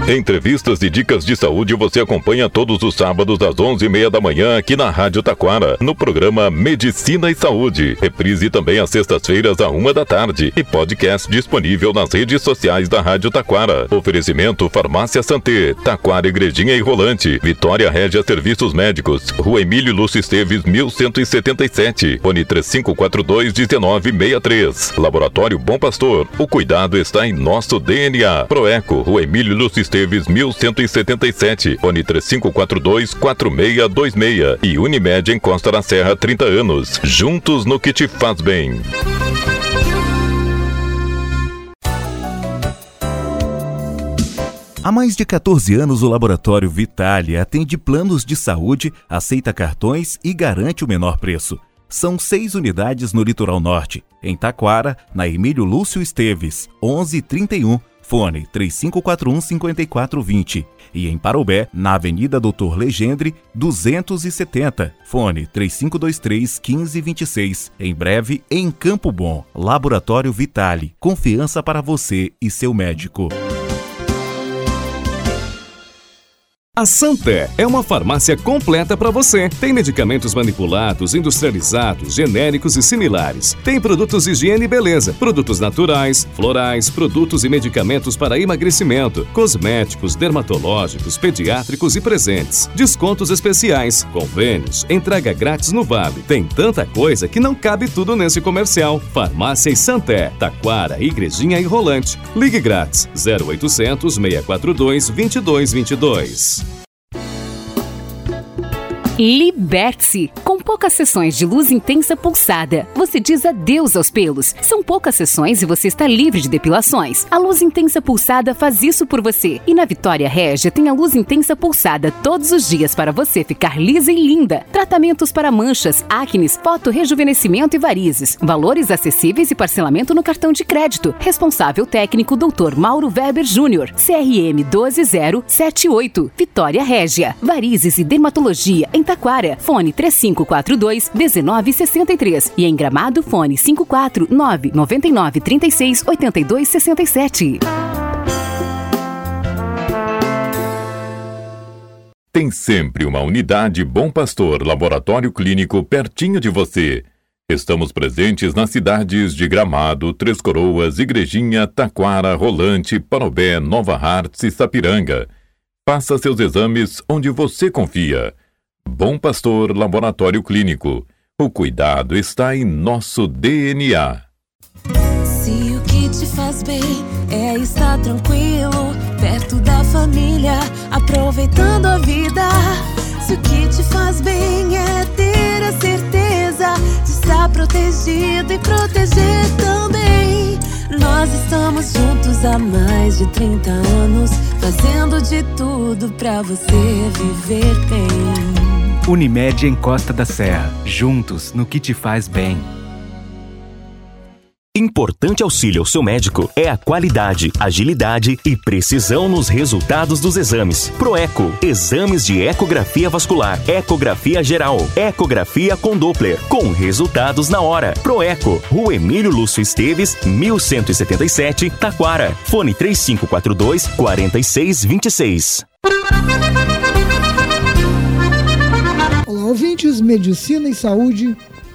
Entrevistas e dicas de saúde você acompanha todos os sábados às 11h30 da manhã aqui na Rádio Taquara, no programa Medicina e Saúde. Reprise também às sextas-feiras à 1h da tarde e podcast disponível nas redes sociais da Rádio Taquara. Oferecimento Farmácia Santé, Taquara, Igrejinha e Rolante, Vitória Régia Serviços Médicos, Rua Emílio Lúcio Esteves, 1177, fone 3542-1963. Laboratório Bom Pastor, o cuidado está em nosso DNA. Proeco, Rua Emílio Lúcio Esteves, 1177, fone 3542-4626. E Unimed em Costa da Serra, 30 anos. Juntos no que te faz bem. Há mais de 14 anos, o Laboratório Vitale atende planos de saúde, aceita cartões e garante o menor preço. São 6 unidades no Litoral Norte, em Taquara, na Emílio Lúcio Esteves, 1131, fone 3541-5420. E em Parobé, na Avenida Doutor Legendre, 270, fone 3523-1526. Em breve, em Campo Bom. Laboratório Vitale, confiança para você e seu médico. A Santé é uma farmácia completa para você. Tem medicamentos manipulados, industrializados, genéricos e similares. Tem produtos de higiene e beleza, produtos naturais, florais, produtos e medicamentos para emagrecimento, cosméticos, dermatológicos, pediátricos e presentes. Descontos especiais, convênios, entrega grátis no Vale. Tem tanta coisa que não cabe tudo nesse comercial. Farmácia e Santé, Taquara, Igrejinha e Rolante. Ligue grátis 0800 642 2222. Liberte-se! Com poucas sessões de luz intensa pulsada, você diz adeus aos pelos. São poucas sessões e você está livre de depilações. A luz intensa pulsada faz isso por você. E na Vitória Régia tem a luz intensa pulsada todos os dias para você ficar lisa e linda. Tratamentos para manchas, acnes, fotorrejuvenescimento e varizes. Valores acessíveis e parcelamento no cartão de crédito. Responsável técnico Dr. Mauro Weber Júnior. CRM 12078. Vitória Régia. Varizes e dermatologia em Taquara, fone 3542-1963 e em Gramado, fone 549-9936-8267. Tem sempre uma unidade Bom Pastor Laboratório Clínico pertinho de você. Estamos presentes nas cidades de Gramado, Três Coroas, Igrejinha, Taquara, Rolante, Parobé, Nova Hartz e Sapiranga. Faça seus exames onde você confia. Bom Pastor Laboratório Clínico. O cuidado está em nosso DNA. Se o que te faz bem é estar tranquilo, perto da família, aproveitando a vida. Se o que te faz bem é ter a certeza de estar protegido e proteger também. Nós estamos juntos há mais de 30 anos, fazendo de tudo pra você viver bem. Unimed em Costa da Serra, juntos no que te faz bem. Importante auxílio ao seu médico é a qualidade, agilidade e precisão nos resultados dos exames. Proeco, exames de ecografia vascular, ecografia geral, ecografia com Doppler, com resultados na hora. Proeco, Rua Emílio Lúcio Esteves, 1177, Taquara. Fone 3542-4626. Olá, ouvintes, Medicina e Saúde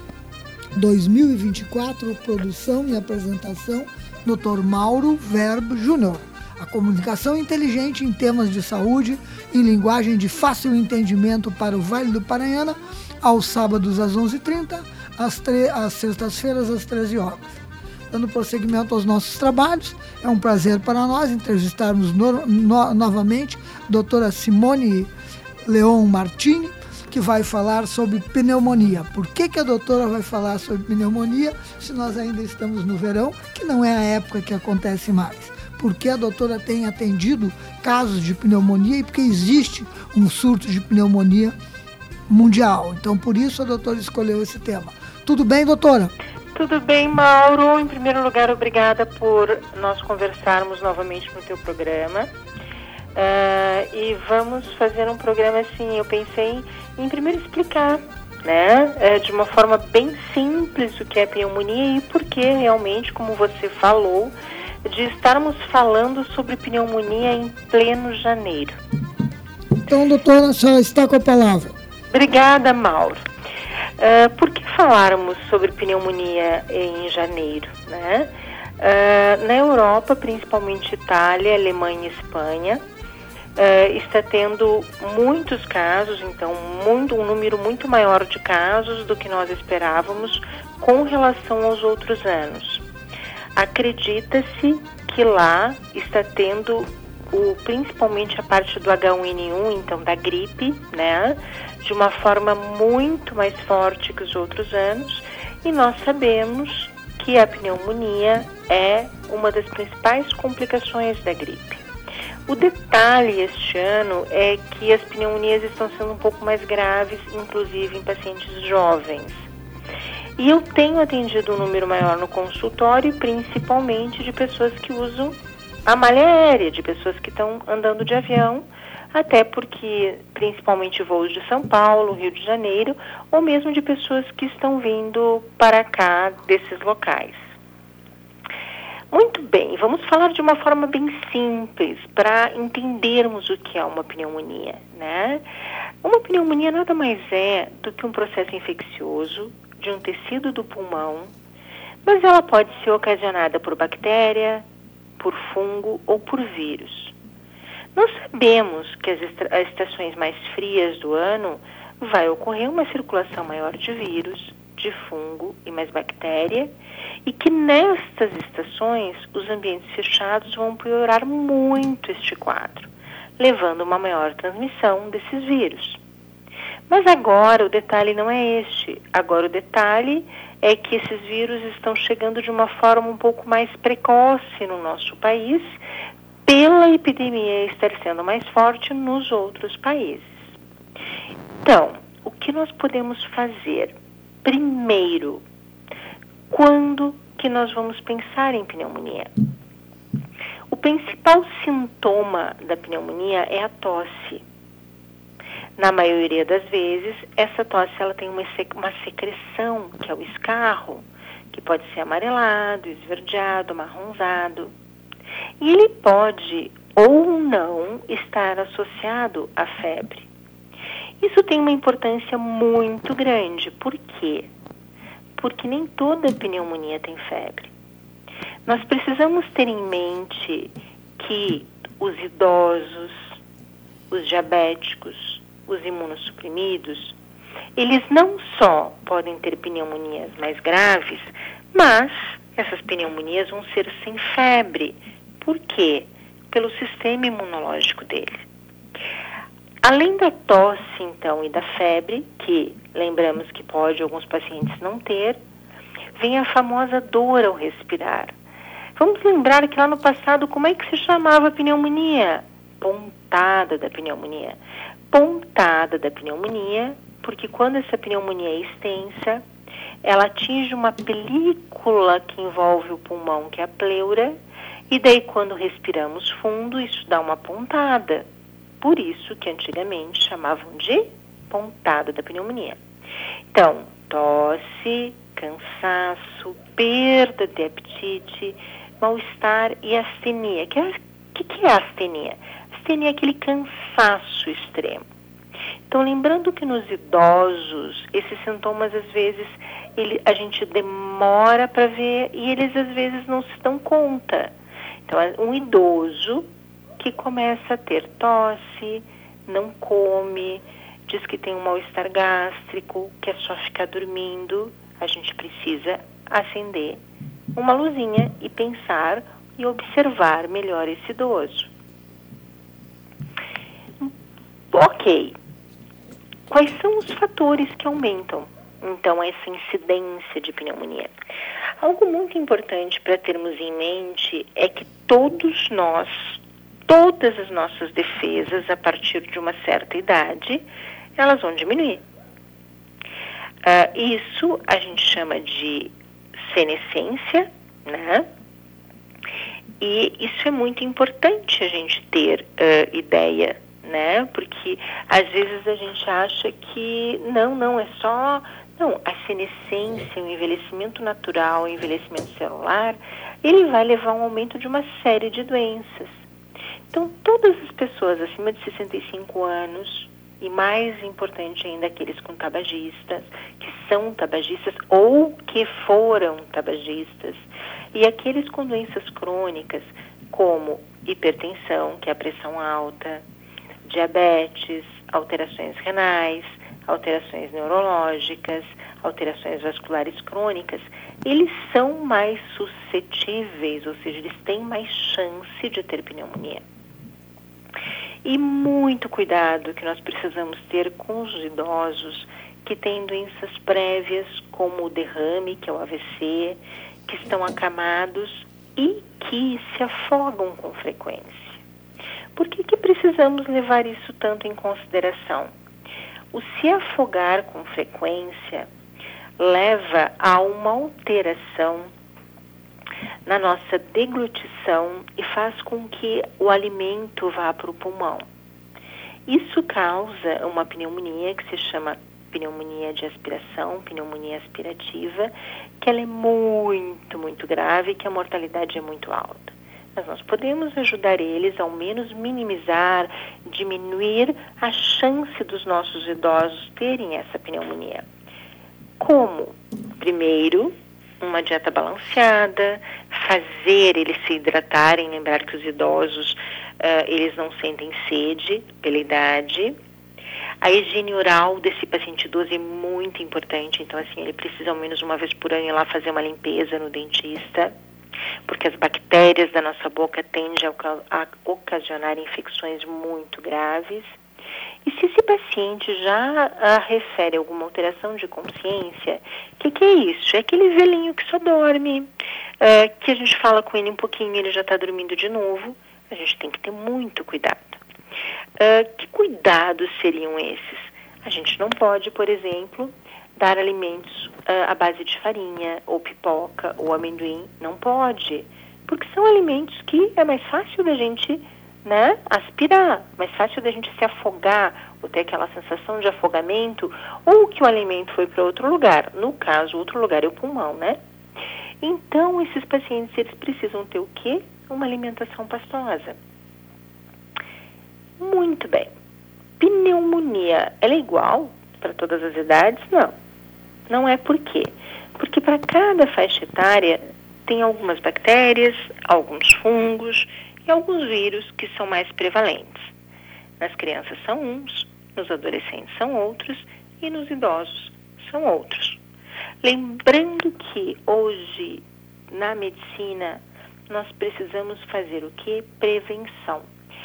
2024, produção e apresentação, Dr. Mauro Weber Júnior. A comunicação inteligente em temas de saúde, em linguagem de fácil entendimento para o Vale do Paranhana, aos sábados às 11h30, às sextas-feiras às 13 horas. Dando prosseguimento aos nossos trabalhos, é um prazer para nós entrevistarmos novamente a doutora Simone Leon Martini, que vai falar sobre pneumonia. Por que a doutora vai falar sobre pneumonia se nós ainda estamos no verão, que não é a época que acontece mais? Porque a doutora tem atendido casos de pneumonia e porque existe um surto de pneumonia mundial. Então, por isso a doutora escolheu esse tema. Tudo bem, doutora? Tudo bem, Mauro. Em primeiro lugar, obrigada por nós conversarmos novamente no teu programa. E vamos fazer um programa assim, eu pensei em primeiro explicar, né, de uma forma bem simples o que é pneumonia e por que realmente, como você falou, de estarmos falando sobre pneumonia em pleno janeiro. Então, doutora, a senhora está com a palavra. Obrigada, Mauro. Por que falarmos sobre pneumonia em janeiro, né? Na Europa, principalmente Itália, Alemanha e Espanha, está tendo muitos casos, então um número muito maior de casos do que nós esperávamos com relação aos outros anos. Acredita-se que lá está tendo principalmente a parte do H1N1, então da gripe, né, de uma forma muito mais forte que os outros anos, e nós sabemos que a pneumonia é uma das principais complicações da gripe. O detalhe este ano é que as pneumonias estão sendo um pouco mais graves, inclusive em pacientes jovens. E eu tenho atendido um número maior no consultório, principalmente de pessoas que usam a malha aérea, de pessoas que estão andando de avião, até porque, principalmente voos de São Paulo, Rio de Janeiro, ou mesmo de pessoas que estão vindo para cá desses locais. Muito bem, vamos falar de uma forma bem simples para entendermos o que é uma pneumonia, né? Uma pneumonia nada mais é do que um processo infeccioso de um tecido do pulmão, mas ela pode ser ocasionada por bactéria, por fungo ou por vírus. Nós sabemos que as estações mais frias do ano vai ocorrer uma circulação maior de vírus, de fungo e mais bactéria, e que nestas estações os ambientes fechados vão piorar muito este quadro, levando a uma maior transmissão desses vírus. Mas agora o detalhe não é este. Agora o detalhe é que esses vírus estão chegando de uma forma um pouco mais precoce no nosso país, pela epidemia estar sendo mais forte nos outros países. Então, o que nós podemos fazer? Primeiro, quando que nós vamos pensar em pneumonia? O principal sintoma da pneumonia é a tosse. Na maioria das vezes, essa tosse ela tem uma secreção, que é o escarro, que pode ser amarelado, esverdeado, marronzado. E ele pode ou não estar associado à febre. Isso tem uma importância muito grande. Por quê? Porque nem toda pneumonia tem febre. Nós precisamos ter em mente que os idosos, os diabéticos, os imunossuprimidos, eles não só podem ter pneumonias mais graves, mas essas pneumonias vão ser sem febre. Por quê? Pelo sistema imunológico dele. Além da tosse, então, e da febre, que lembramos que pode alguns pacientes não ter, vem a famosa dor ao respirar. Vamos lembrar que lá no passado, como é que se chamava a pneumonia? Pontada da pneumonia. Pontada da pneumonia, porque quando essa pneumonia é extensa, ela atinge uma película que envolve o pulmão, que é a pleura, e daí quando respiramos fundo, isso dá uma pontada. Por isso que antigamente chamavam de pontada da pneumonia. Então, tosse, cansaço, perda de apetite, mal-estar e astenia. O que é a astenia? Astenia é aquele cansaço extremo. Então, lembrando que nos idosos, esses sintomas, às vezes, a gente demora para ver e eles, às vezes, não se dão conta. Então, um idoso que começa a ter tosse, não come, diz que tem um mal-estar gástrico, que é só ficar dormindo, a gente precisa acender uma luzinha e pensar e observar melhor esse idoso. Ok. Quais são os fatores que aumentam, então, essa incidência de pneumonia? Algo muito importante para termos em mente é que todas as nossas defesas, a partir de uma certa idade, elas vão diminuir. Isso a gente chama de senescência, né? E isso é muito importante a gente ter ideia, né? Porque às vezes a gente acha que não é só... Não, a senescência, o envelhecimento natural, o envelhecimento celular, ele vai levar a um aumento de uma série de doenças. Então, todas as pessoas acima de 65 anos, e mais importante ainda, aqueles com tabagistas, que são tabagistas ou que foram tabagistas, e aqueles com doenças crônicas, como hipertensão, que é a pressão alta, diabetes, alterações renais, alterações neurológicas, alterações vasculares crônicas, eles são mais suscetíveis, ou seja, eles têm mais chance de ter pneumonia. E muito cuidado que nós precisamos ter com os idosos que têm doenças prévias, como o derrame, que é o AVC, que estão acamados e que se afogam com frequência. Por que precisamos levar isso tanto em consideração? O se afogar com frequência leva a uma alteração na nossa deglutição e faz com que o alimento vá para o pulmão. Isso causa uma pneumonia que se chama pneumonia de aspiração, pneumonia aspirativa, que ela é muito, muito grave e que a mortalidade é muito alta. Mas nós podemos ajudar eles, ao menos minimizar, diminuir a chance dos nossos idosos terem essa pneumonia. Como? Primeiro, uma dieta balanceada, fazer eles se hidratarem, lembrar que os idosos, eles não sentem sede pela idade. A higiene oral desse paciente idoso é muito importante, então assim, ele precisa ao menos uma vez por ano ir lá fazer uma limpeza no dentista, porque as bactérias da nossa boca tendem a ocasionar infecções muito graves. E se esse paciente já refere alguma alteração de consciência, o que é isso? É aquele velhinho que só dorme, que a gente fala com ele um pouquinho e ele já está dormindo de novo. A gente tem que ter muito cuidado. Que cuidados seriam esses? A gente não pode, por exemplo, dar alimentos à base de farinha, ou pipoca, ou amendoim. Não pode, porque são alimentos que é mais fácil da gente aspirar, mais fácil da gente se afogar, ou ter aquela sensação de afogamento, ou que o alimento foi para outro lugar. No caso, outro lugar é o pulmão, né? Então, esses pacientes, eles precisam ter o quê? Uma alimentação pastosa. Muito bem. Pneumonia, ela é igual para todas as idades? Não. Não é por quê? Porque para cada faixa etária tem algumas bactérias, alguns fungos e alguns vírus que são mais prevalentes. Nas crianças são uns, nos adolescentes são outros e nos idosos são outros. Lembrando que hoje, na medicina, nós precisamos fazer o quê? Prevenção.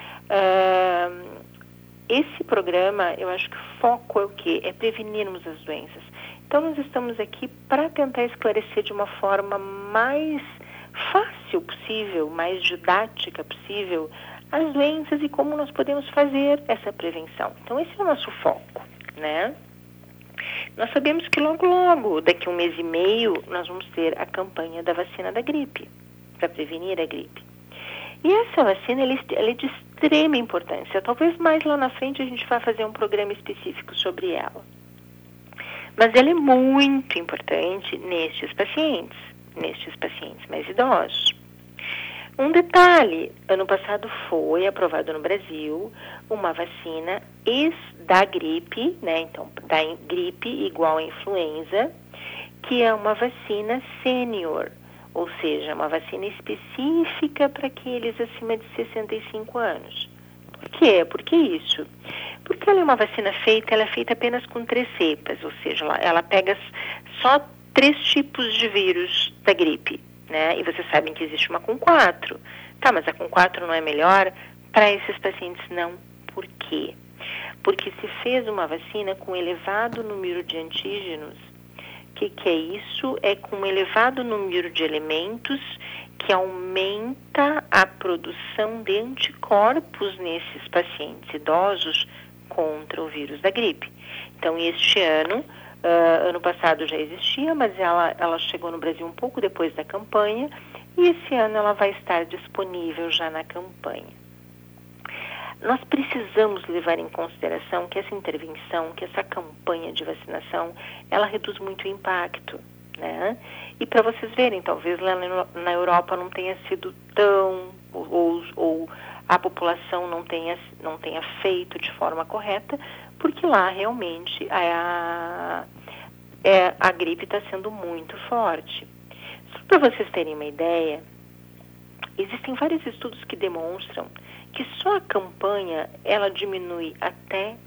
Esse programa, eu acho que o foco é o quê? É prevenirmos as doenças. Então, nós estamos aqui para tentar esclarecer de uma forma mais fácil possível, mais didática possível, as doenças e como nós podemos fazer essa prevenção. Então, esse é o nosso foco, né? Nós sabemos que logo, daqui a 1 mês e meio, nós vamos ter a campanha da vacina da gripe, para prevenir a gripe. E essa vacina, ela é de extrema importância. Talvez mais lá na frente a gente vá fazer um programa específico sobre ela. Mas ela é muito importante nestes pacientes mais idosos. Um detalhe, ano passado foi aprovado no Brasil uma vacina da gripe, né? Então, da gripe igual a influenza, que é uma vacina sênior, ou seja, uma vacina específica para aqueles acima de 65 anos. Por quê? Por que isso? Porque ela é uma vacina ela é feita apenas com 3 cepas, ou seja, ela pega só 3 tipos de vírus da gripe, né? E vocês sabem que existe uma com 4. Tá, mas a com 4 não é melhor? Para esses pacientes não. Por quê? Porque se fez uma vacina com elevado número de antígenos. O que é isso? É com um elevado número de elementos que aumenta a produção de anticorpos nesses pacientes idosos contra o vírus da gripe. Então, este ano passado já existia, mas ela chegou no Brasil um pouco depois da campanha, e esse ano ela vai estar disponível já na campanha. Nós precisamos levar em consideração que essa intervenção, que essa campanha de vacinação, ela reduz muito o impacto, né? E para vocês verem, talvez lá na Europa não tenha sido tão, ou a população não tenha feito de forma correta, porque lá realmente a gripe está sendo muito forte. Só para vocês terem uma ideia, existem vários estudos que demonstram que só a campanha ela diminui até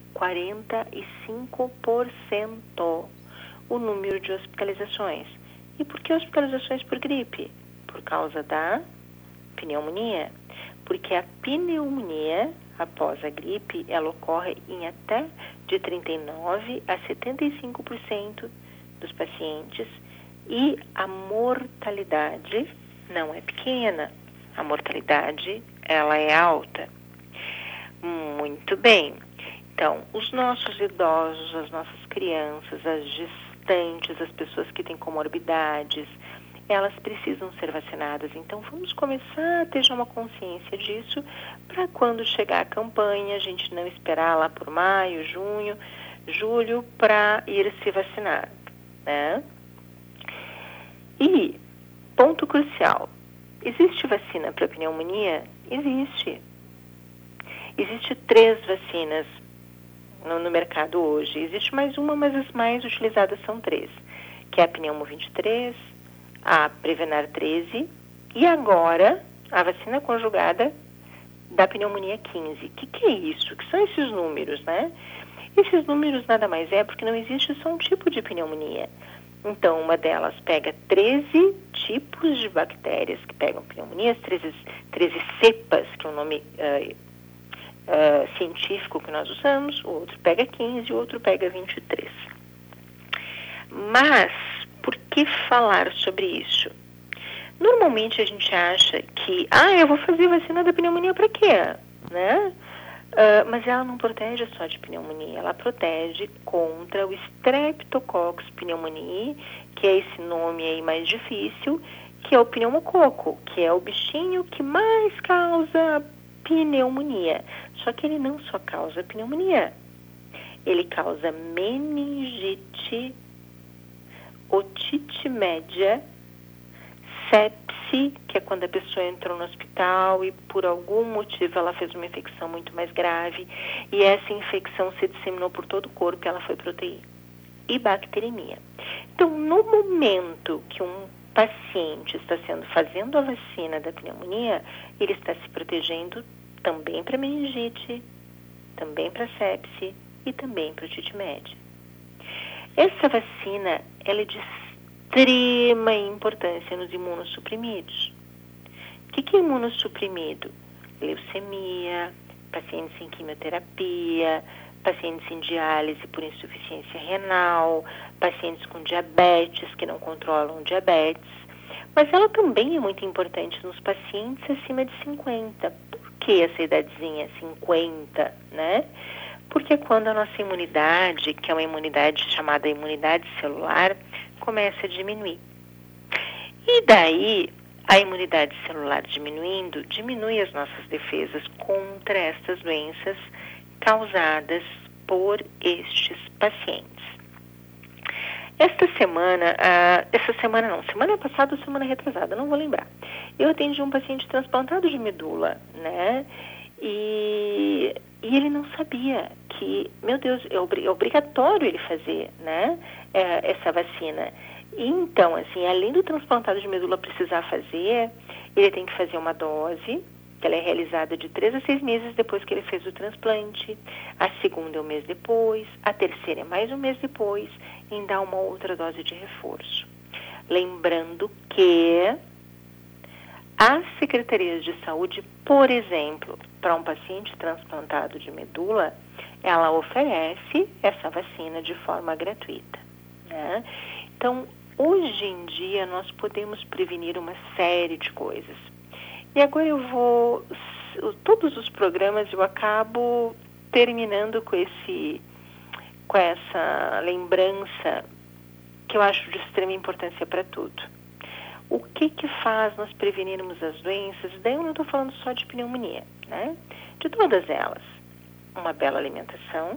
45% o número de hospitalizações. E por que hospitalizações por gripe? Por causa da pneumonia. Porque a pneumonia, após a gripe, ela ocorre em até de 39% a 75% dos pacientes e a mortalidade não é pequena. A mortalidade, ela é alta. Muito bem. Então, os nossos idosos, as nossas crianças, as gestantes, as pessoas que têm comorbidades, elas precisam ser vacinadas. Então, vamos começar a ter já uma consciência disso para quando chegar a campanha, a gente não esperar lá por maio, junho, julho para ir se vacinar, né? E, ponto crucial, existe vacina para pneumonia? Existe. Existe 3 vacinas no mercado hoje. Existe mais uma, mas as mais utilizadas são 3, que é a Pneumo 23, a Prevenar 13 e agora a vacina conjugada da pneumonia 15. O que é isso? O que são esses números, né? Esses números nada mais é porque não existe só um tipo de pneumonia. Então, uma delas pega 13 tipos de bactérias que pegam pneumonias, 13 cepas, que é o nome científico que nós usamos, o outro pega 15, o outro pega 23. Mas, por que falar sobre isso? Normalmente a gente acha que, eu vou fazer vacina da pneumonia para quê? Né? Mas ela não protege só de pneumonia, ela protege contra o Streptococcus pneumoniae, que é esse nome aí mais difícil, que é o pneumococo, que é o bichinho que mais causa pneumonia. Só que ele não só causa pneumonia, ele causa meningite, otite média, sepse, que é quando a pessoa entrou no hospital e por algum motivo ela fez uma infecção muito mais grave e essa infecção se disseminou por todo o corpo e ela foi para UTI. E bacteremia. Então, no momento que um paciente está fazendo a vacina da pneumonia, ele está se protegendo também para meningite, também para sepse e também para otite média. Essa vacina, ela é de extrema importância nos imunossuprimidos. O que é imunossuprimido? Leucemia, pacientes em quimioterapia, pacientes em diálise por insuficiência renal, pacientes com diabetes que não controlam diabetes. Mas ela também é muito importante nos pacientes acima de 50. Por que essa idadezinha 50, né? Porque quando a nossa imunidade, que é uma imunidade chamada imunidade celular, começa a diminuir. E daí, a imunidade celular diminuindo, diminui as nossas defesas contra estas doenças causadas por estes pacientes. Semana passada ou semana retrasada, não vou lembrar. Eu atendi um paciente transplantado de medula, né? E ele não sabia que, meu Deus, é obrigatório ele fazer, né, essa vacina. E então, assim, além do transplantado de medula precisar fazer, ele tem que fazer uma dose, que ela é realizada de 3 a 6 meses depois que ele fez o transplante. A segunda é um mês depois, a terceira é mais um mês depois, e ainda uma outra dose de reforço. Lembrando que as secretarias de saúde, por exemplo, para um paciente transplantado de medula, ela oferece essa vacina de forma gratuita, né? Então, hoje em dia, nós podemos prevenir uma série de coisas. E agora todos os programas eu acabo terminando com essa lembrança que eu acho de extrema importância para tudo. O que faz nós prevenirmos as doenças? Daí eu não estou falando só de pneumonia, né? De todas elas. Uma bela alimentação,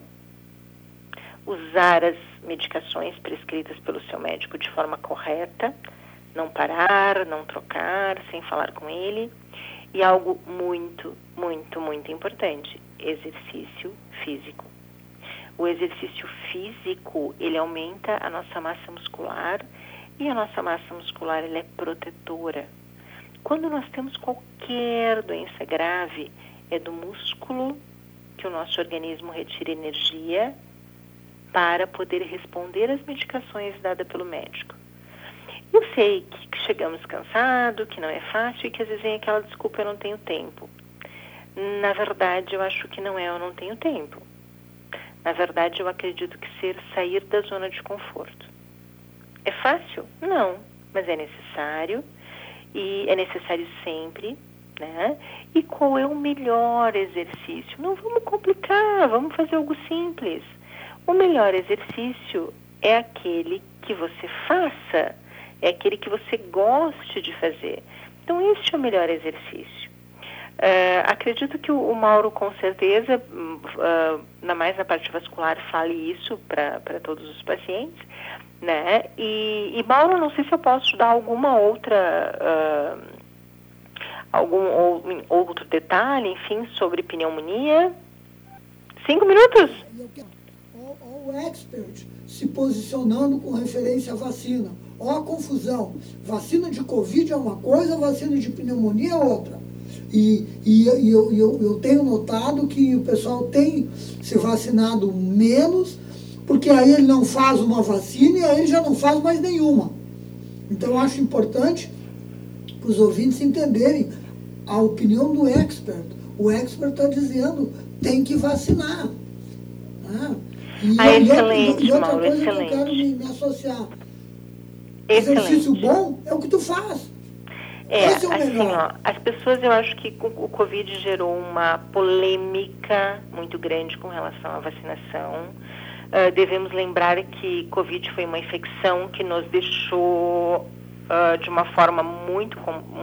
usar as medicações prescritas pelo seu médico de forma correta, não parar, não trocar, sem falar com ele. E algo muito, muito, muito importante, exercício físico. O exercício físico, ele aumenta a nossa massa muscular e a nossa massa muscular, ela é protetora. Quando nós temos qualquer doença grave, é do músculo que o nosso organismo retira energia para poder responder às medicações dadas pelo médico. Eu sei que chegamos cansados, que não é fácil e que às vezes vem aquela desculpa, eu não tenho tempo. Na verdade, eu acho que não é eu não tenho tempo. Na verdade, eu acredito que sair da zona de conforto. É fácil? Não, mas é necessário e é necessário sempre, né? E qual é o melhor exercício? Não vamos complicar, vamos fazer algo simples. O melhor exercício é aquele que você faça, é aquele que você goste de fazer. Então, este é o melhor exercício. Acredito que o Mauro, com certeza, mais na parte vascular, fale isso para todos os pacientes, né? E Mauro, não sei se eu posso dar alguma outra, algum outro detalhe, enfim, sobre pneumonia. 5 minutos? O expert se posicionando com referência à vacina. Olha a confusão. Vacina de Covid é uma coisa, vacina de pneumonia é outra. E eu tenho notado que o pessoal tem se vacinado menos, porque aí ele não faz uma vacina e aí ele já não faz mais nenhuma. Então eu acho importante para os ouvintes entenderem a opinião do expert. O expert está dizendo, tem que vacinar. Né? Excelente, e outra Mauro, coisa excelente. que eu quero me associar. Excelente. Exercício bom é o que tu faz. Assim, ó, as pessoas, eu acho que o Covid gerou uma polêmica muito grande com relação à vacinação. Devemos lembrar que Covid foi uma infecção que nos deixou de uma forma muito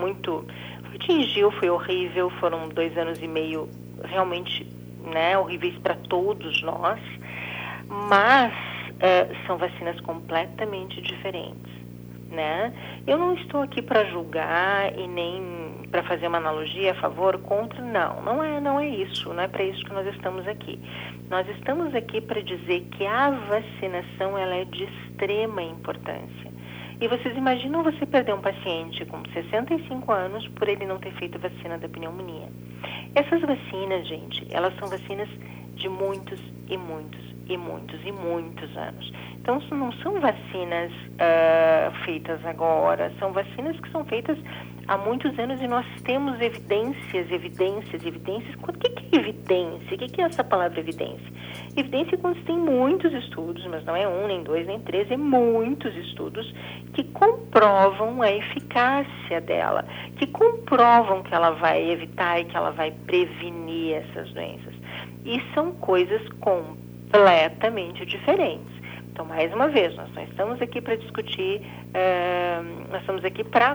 atingiu, foi horrível, foram 2 anos e meio realmente, né, horríveis para todos nós, mas são vacinas completamente diferentes. Né? Eu não estou aqui para julgar e nem para fazer uma analogia a favor ou contra, não é isso, não é para isso que nós estamos aqui. Nós estamos aqui para dizer que a vacinação ela é de extrema importância. E vocês imaginam você perder um paciente com 65 anos por ele não ter feito a vacina da pneumonia. Essas vacinas, gente, elas são vacinas de muitos e muitos e muitos e muitos anos. Então, não são vacinas feitas agora, são vacinas que são feitas há muitos anos e nós temos evidências. O que é evidência? O que é essa palavra evidência? Evidência é quando se tem muitos estudos, mas não é 1, nem 2, nem 3, é muitos estudos que comprovam a eficácia dela, que comprovam que ela vai evitar e que ela vai prevenir essas doenças. E são coisas completamente diferentes. Então, mais uma vez, nós não estamos aqui para discutir, nós estamos aqui para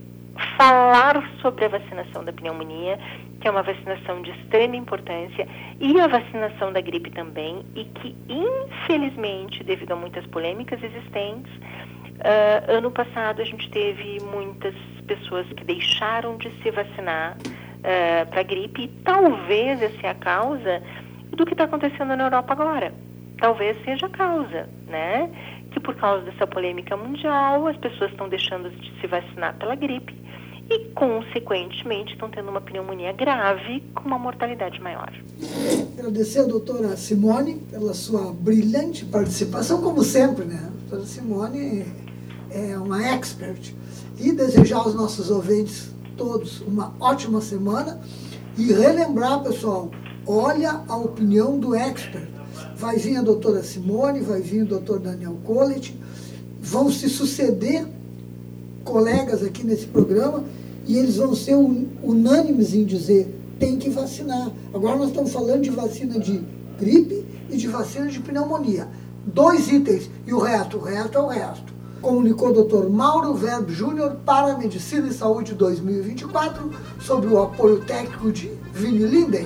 falar sobre a vacinação da pneumonia, que é uma vacinação de extrema importância, e a vacinação da gripe também, e que, infelizmente, devido a muitas polêmicas existentes, ano passado a gente teve muitas pessoas que deixaram de se vacinar para a gripe, e talvez essa é a causa do que está acontecendo na Europa agora. Talvez seja a causa, né? Que por causa dessa polêmica mundial, as pessoas estão deixando de se vacinar pela gripe e, consequentemente, estão tendo uma pneumonia grave com uma mortalidade maior. Agradecer a doutora Simone pela sua brilhante participação, como sempre, né? A doutora Simone é uma expert. E desejar aos nossos ouvintes todos uma ótima semana e relembrar, pessoal, olha a opinião do expert. Vai vir a doutora Simone, vai vir o doutor Daniel Collet, vão se suceder colegas aqui nesse programa e eles vão ser unânimes em dizer, tem que vacinar. Agora nós estamos falando de vacina de gripe e de vacina de pneumonia. 2 itens, e o resto é o resto. comunicou o Dr. Mauro Verbo Júnior para a Medicina e Saúde 2024, sob o apoio técnico de Vini Linden.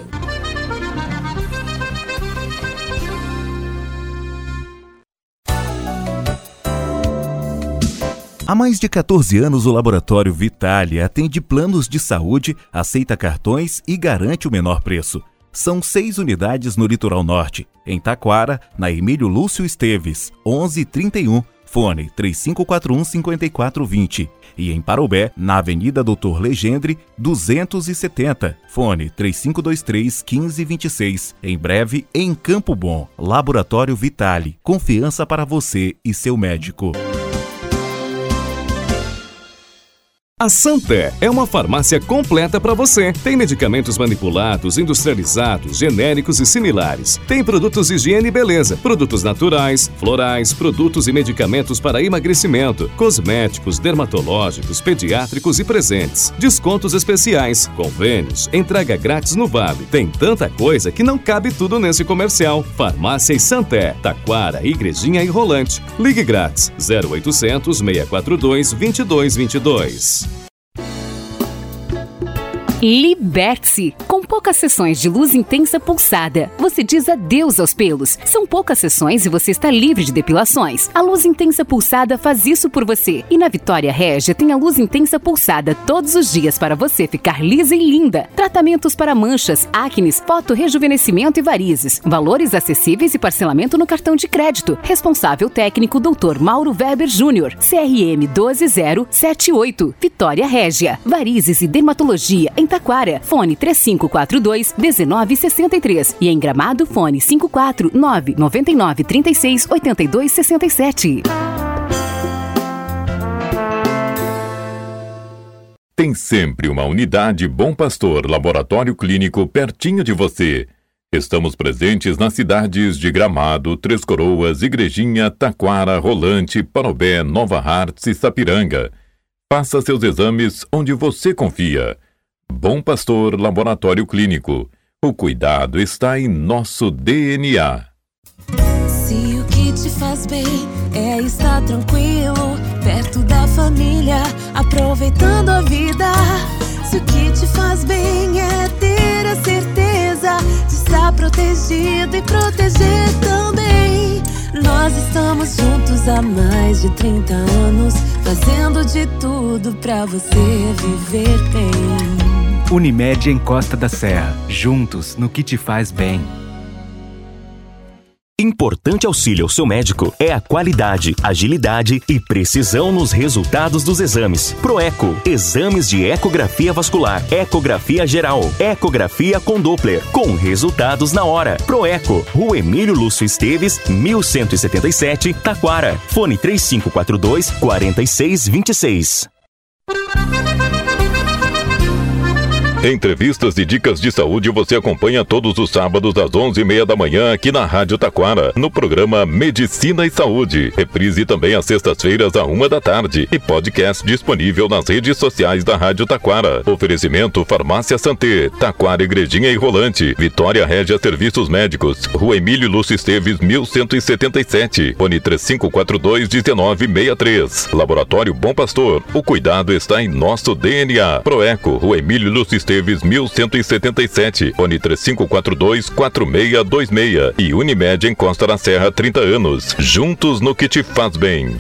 Há mais de 14 anos, o Laboratório Vitale atende planos de saúde, aceita cartões e garante o menor preço. São 6 unidades no Litoral Norte, em Taquara, na Emílio Lúcio Esteves, 1131, fone 3541-5420. E em Parobé, na Avenida Doutor Legendre, 270, fone 3523-1526. Em breve, em Campo Bom, Laboratório Vitale, confiança para você e seu médico. A Santé é uma farmácia completa para você. Tem medicamentos manipulados, industrializados, genéricos e similares. Tem produtos de higiene e beleza, produtos naturais, florais, produtos e medicamentos para emagrecimento, cosméticos, dermatológicos, pediátricos e presentes. Descontos especiais, convênios, entrega grátis no Vale. Tem tanta coisa que não cabe tudo nesse comercial. Farmácia e Santé, Taquara, Igrejinha e Rolante. Ligue grátis 0800 642 2222. Liberte-se! Com poucas sessões de luz intensa pulsada, você diz adeus aos pelos. São poucas sessões e você está livre de depilações. A luz intensa pulsada faz isso por você. E na Vitória Régia tem a luz intensa pulsada todos os dias para você ficar lisa e linda. Tratamentos para manchas, acnes, fotorrejuvenescimento e varizes. Valores acessíveis e parcelamento no cartão de crédito. Responsável técnico Dr. Mauro Weber Júnior. CRM 12078. Vitória Régia. Varizes e dermatologia em Taquara, fone 3542-1963 e em Gramado, fone 549-9936-8267. Tem sempre uma unidade Bom Pastor Laboratório Clínico pertinho de você. Estamos presentes nas cidades de Gramado, Três Coroas, Igrejinha, Taquara, Rolante, Parobé, Nova Hartz e Sapiranga. Faça seus exames onde você confia. Bom Pastor Laboratório Clínico. O cuidado está em nosso DNA. Se o que te faz bem é estar tranquilo, perto da família, aproveitando a vida. Se o que te faz bem é ter a certeza de estar protegido e proteger também. Nós estamos juntos há mais de 30 anos, fazendo de tudo pra você viver bem. Unimed em Costa da Serra, juntos no que te faz bem. Importante auxílio ao seu médico é a qualidade, agilidade e precisão nos resultados dos exames. Proeco, exames de ecografia vascular, ecografia geral, ecografia com Doppler, com resultados na hora. Proeco, Rua Emílio Lúcio Esteves, 1177, Taquara. Fone 3542-4626. Entrevistas e dicas de saúde você acompanha todos os sábados às 11h30 da manhã aqui na Rádio Taquara, no programa Medicina e Saúde. Reprise também às sextas-feiras à 1 da tarde e podcast disponível nas redes sociais da Rádio Taquara. Oferecimento Farmácia Santé, Taquara, Igrejinha e Rolante. Vitória Régia Serviços Médicos, Rua Emílio Lúcio Esteves, 1177. Fone 3542-1963. Laboratório Bom Pastor, o cuidado está em nosso DNA. Proeco, Rua Emílio Lúcio Esteves, 1177, fone 3542-4626 e Unimed em Costa da Serra, 30 anos. Juntos no que te faz bem.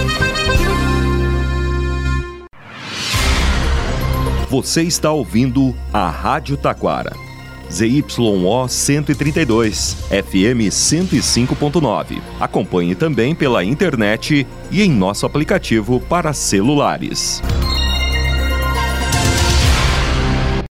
Você está ouvindo a Rádio Taquara. ZYO 132, FM 105.9. Acompanhe também pela internet e em nosso aplicativo para celulares.